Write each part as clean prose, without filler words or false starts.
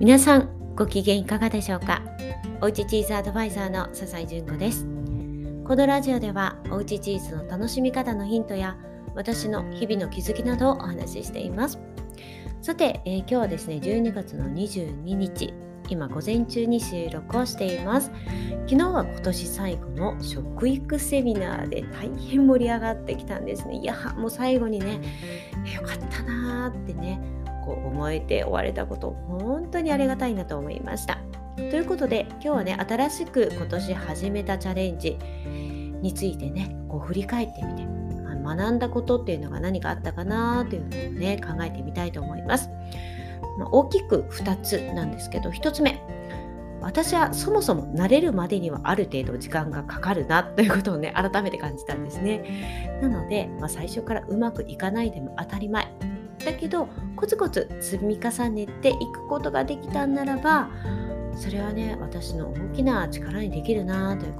皆さんご機嫌いかがでしょうか。おうちチーズアドバイザーの笹井純子です。このラジオではおうちチーズの楽しみ方のヒントや私の日々の気づきなどをお話ししています。さて、今日はですね12月の22日、今午前中に収録をしています。昨日は今年最後の食育セミナーで大変盛り上がってきたんですね。いやもう最後にねよかったなーってね思えて終われたこと、本当にありがたいなと思いました。ということで今日はね、新しく今年始めたチャレンジについてね振り返ってみて、学んだことっていうのが何かあったかなというのをね考えてみたいと思います。大きく2つなんですけど、1つ目、私はそもそも慣れるまでにはある程度時間がかかるなということをね改めて感じたんですね。なので、最初からうまくいかないでも当たり前だけど、コツコツ積み重ねていくことができたんならば、それはね私の大きな力にできるなということ、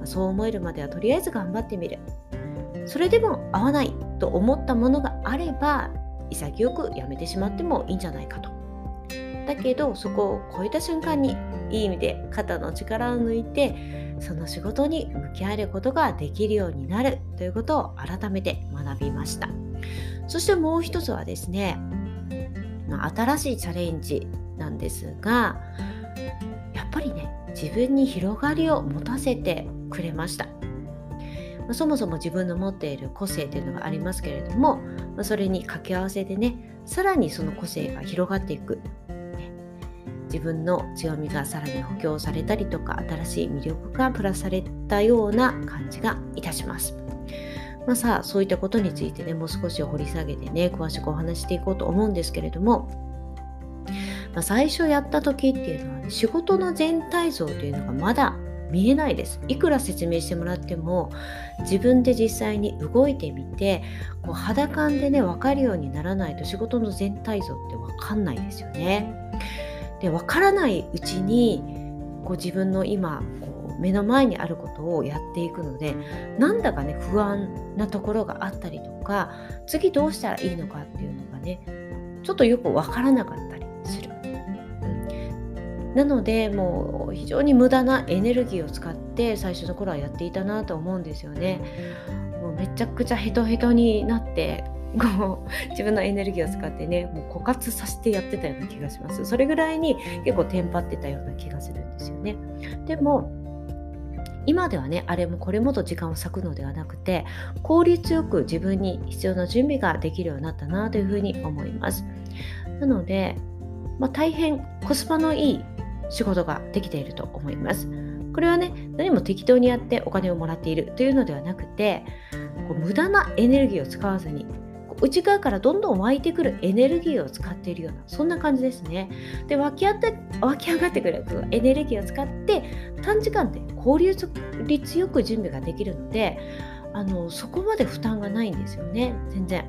そう思えるまではとりあえず頑張ってみる。それでも合わないと思ったものがあれば潔くやめてしまってもいいんじゃないかと。だけどそこを超えた瞬間にいい意味で肩の力を抜いてその仕事に向き合えることができるようになるということを改めて学びました。そしてもう一つはですね、新しいチャレンジなんですが、やっぱりね自分に広がりを持たせてくれました。そもそも自分の持っている個性というのがありますけれども、それに掛け合わせでねさらにその個性が広がっていく、自分の強みがさらに補強されたりとか、新しい魅力がプラスされたような感じがいたします。さあそういったことについてねもう少し掘り下げてね詳しくお話していこうと思うんですけれども、最初やった時っていうのは、仕事の全体像というのがまだ見えないです。いくら説明してもらっても自分で実際に動いてみて肌感でね分かるようにならないと仕事の全体像って分かんないですよね。で分からないうちに自分の今目の前にあることをやっていくので、なんだかね不安なところがあったりとか、次どうしたらいいのかっていうのがねちょっとよく分からなかったりする、なのでもう非常に無駄なエネルギーを使って最初の頃はやっていたなと思うんですよね。もうめちゃくちゃヘトヘトになって自分のエネルギーを使ってねもう枯渇させてやってたような気がします。それぐらいに結構テンパってたような気がするんですよね。でも今ではねあれもこれもと時間を割くのではなくて、効率よく自分に必要な準備ができるようになったなというふうに思います。なので、大変コスパのいい仕事ができていると思います。これはね何も適当にやってお金をもらっているというのではなくて、無駄なエネルギーを使わずに内側からどんどん湧いてくるエネルギーを使っているような、そんな感じですね。で湧き上がってくるエネルギーを使って短時間で効率よく準備ができるので、そこまで負担がないんですよね、全然。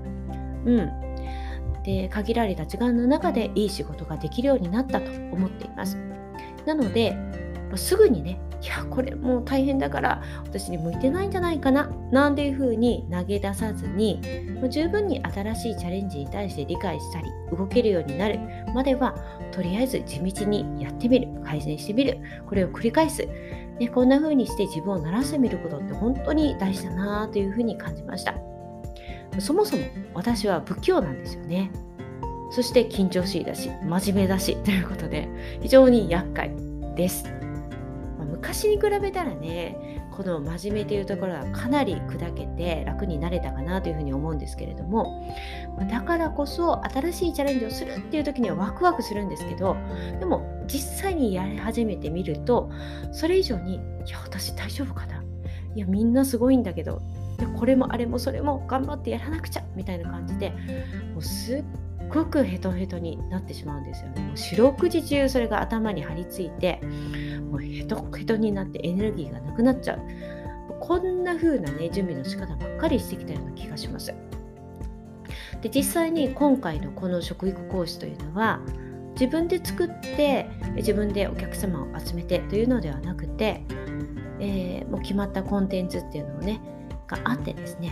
で限られた時間の中でいい仕事ができるようになったと思っています。なのですぐにね、いやこれもう大変だから私に向いてないんじゃないかななんていう風に投げ出さずに、十分に新しいチャレンジに対して理解したり動けるようになるまではとりあえず地道にやってみる、改善してみる、これを繰り返す、こんな風にして自分を慣らしてみることって本当に大事だなという風に感じました。そもそも私は不器用なんですよね。そして緊張しいだし真面目だしということで非常に厄介です。昔に比べたらねこの真面目というところはかなり砕けて楽になれたかなというふうに思うんですけれども、だからこそ新しいチャレンジをするっていう時にはワクワクするんですけど、でも実際にやり始めてみるとそれ以上にいや私大丈夫かな、いやみんなすごいんだけど、いやこれもあれもそれも頑張ってやらなくちゃみたいな感じでもうすっごくヘトヘトになってしまうんですよね。もう四六時中それが頭に張り付いてもうヘトヘトになってエネルギーがなくなっちゃう。こんな風なね準備の仕方ばっかりしてきたような気がします。で実際に今回のこの食育講師というのは自分で作って自分でお客様を集めてというのではなくて、もう決まったコンテンツっていうのをねがあってですね、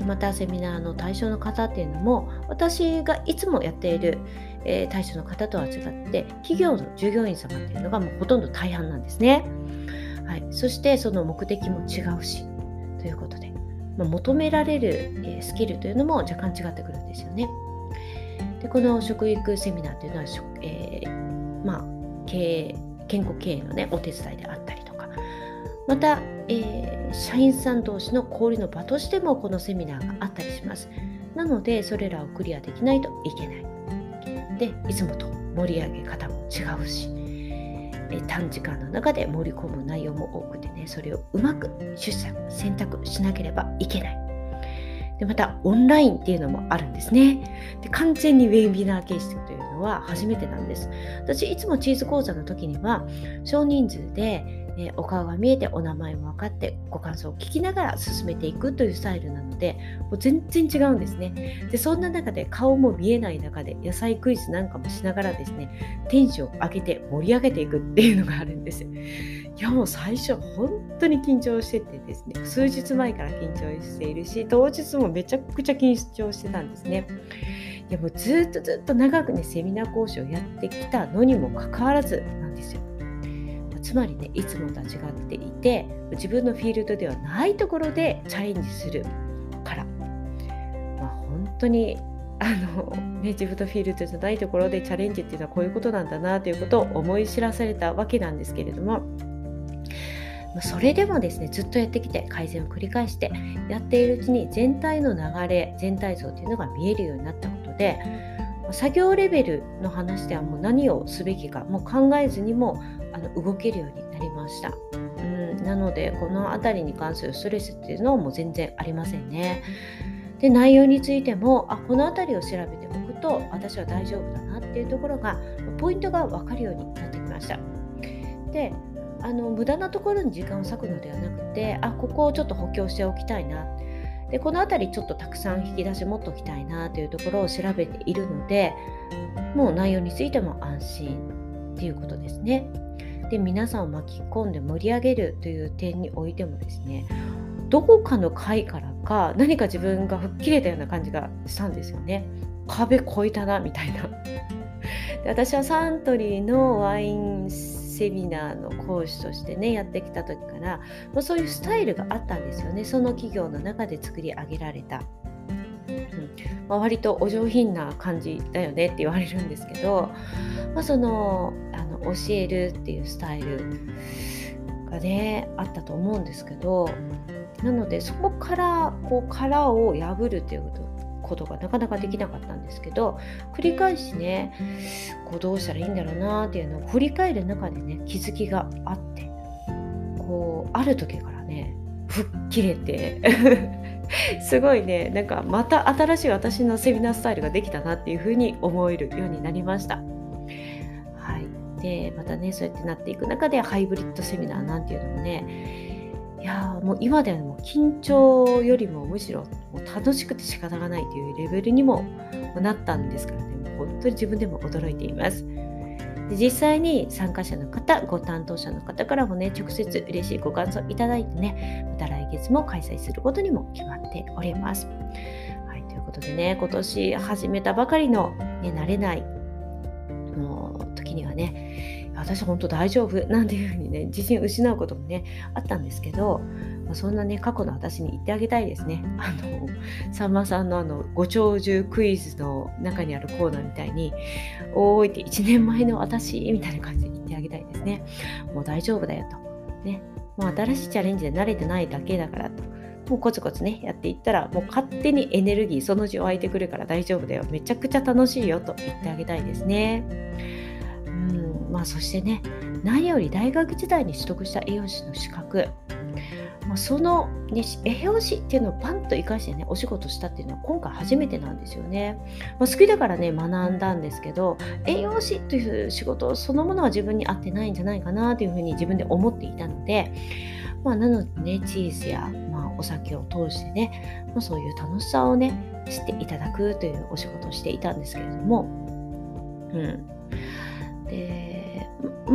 でまたセミナーの対象の方っていうのも私がいつもやっている、対象の方とは違って企業の従業員様っていうのがもうほとんど大半なんですね。はい、そしてその目的も違うしということで、求められる、スキルというのも若干違ってくるんですよね。でこの食育セミナーというのは、健康経営のねお手伝いであったりとか、また、社員さん同士の交流の場としてもこのセミナーがあったりします。なのでそれらをクリアできないといけない。でいつもと盛り上げ方も違うし、短時間の中で盛り込む内容も多くてね、それをうまく取捨選択しなければいけない。でまたオンラインっていうのもあるんですね。で完全にウェビナー形式というのは初めてなんです。私いつもチーズ講座の時には少人数で、お顔が見えてお名前も分かってご感想を聞きながら進めていくというスタイルなので、もう全然違うんですね。でそんな中で顔も見えない中で野菜クイズなんかもしながらですね、テンションを上げて盛り上げていくっていうのがあるんです。いやもう最初本当に緊張しててですね、数日前から緊張しているし、当日もめちゃくちゃ緊張してたんですね。いやもうずっと長くねセミナー講師をやってきたのにもかかわらずなんですよ。つまりね、いつもとは違っていて自分のフィールドではないところでチャレンジするから、本当に自分のフィールドじゃないところでチャレンジっていうのはこういうことなんだなということを思い知らされたわけなんですけれども、それでもですねずっとやってきて改善を繰り返してやっているうちに全体の流れ全体像というのが見えるようになったことで、作業レベルの話ではもう何をすべきかもう考えずにも動けるようになりました。なのでこのあたりに関するストレスっていうのはもう全然ありませんね。で内容についてもこのあたりを調べておくと私は大丈夫だなっていうところがポイントが分かるようになってきました。で無駄なところに時間を割くのではなくてここをちょっと補強しておきたいな、でこのあたりちょっとたくさん引き出し持っておきたいなというところを調べているので、もう内容についても安心っていうことですね。で皆さんを巻き込んで盛り上げるという点においてもですね、どこかの回からか何か自分が吹っ切れたような感じがしたんですよね。壁越えたなみたいな。で私はサントリーのワインセミナーの講師としてねやってきた時から、そういうスタイルがあったんですよね。その企業の中で作り上げられた、割とお上品な感じだよねって言われるんですけど、教えるっていうスタイルがねあったと思うんですけど、なのでそこから殻を破るっていうことがなかなかできなかったんですけど、繰り返しねどうしたらいいんだろうなっていうのを振り返る中でね気づきがあって、ある時からね吹っ切れてすごいねなんかまた新しい私のセミナースタイルができたなっていうふうに思えるようになりました。はい、でまたねそうやってなっていく中でハイブリッドセミナーなんていうのもね、いやもう今ではもう緊張よりもむしろもう楽しくて仕方がないというレベルにもなったんですからね、もう本当に自分でも驚いています。で実際に参加者の方ご担当者の方からもね直接嬉しいご感想いただいてね、また来月も開催することにも決まっております。はい、ということでね今年始めたばかりの、慣れない時にはね私本当大丈夫なんていうふうにね自信失うこともねあったんですけど、そんなね過去の私に言ってあげたいですね。さんまさんのご長寿クイズの中にあるコーナーみたいにおーいって1年前の私みたいな感じで言ってあげたいですね。もう大丈夫だよとね、もう新しいチャレンジで慣れてないだけだからと、もうコツコツねやっていったらもう勝手にエネルギーそのうち湧いてくるから大丈夫だよ、めちゃくちゃ楽しいよと言ってあげたいですね。そしてね何より大学時代に取得した栄養士の資格、その、栄養士っていうのをパンと生かしてねお仕事したっていうのは今回初めてなんですよね。好きだからね学んだんですけど、栄養士という仕事そのものは自分に合ってないんじゃないかなというふうに自分で思っていたので、なのでねチーズや、お酒を通してね、そういう楽しさをね知っていただくというお仕事をしていたんですけれども、で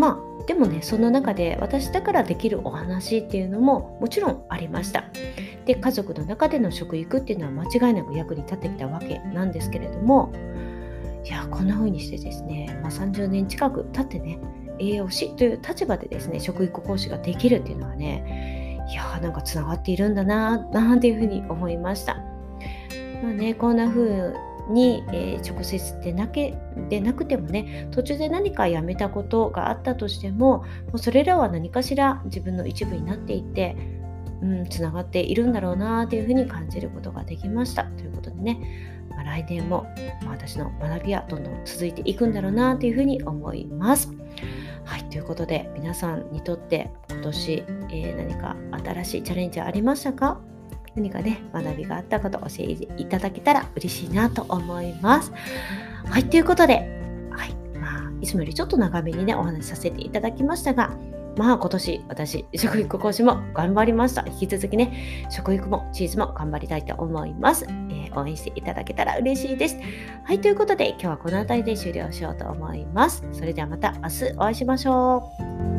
でもね、その中で私だからできるお話っていうのももちろんありました。で、家族の中での食育っていうのは間違いなく役に立ってきたわけなんですけれども、いや、こんな風にしてですね、30年近く経ってね、栄養士という立場でですね、食育講師ができるっていうのはね、いや、なんかつながっているんだなんていう風に思いました。こんな風に、直接でなくてもね、途中で何かやめたことがあったとしても、もうそれらは何かしら自分の一部になっていて、つながっているんだろうなというふうに感じることができました。ということでね、来年も、私の学びはどんどん続いていくんだろうなというふうに思います。はい、ということで皆さんにとって今年、何か新しいチャレンジはありましたか？何かね、学びがあったことを教えていただけたら嬉しいなと思います。はい、ということで、はい、いつもよりちょっと長めにね、お話しさせていただきましたが、今年私、食育講師も頑張りました。引き続きね、食育もチーズも頑張りたいと思います。応援していただけたら嬉しいです。はい、ということで今日はこの辺りで終了しようと思います。それではまた明日お会いしましょう。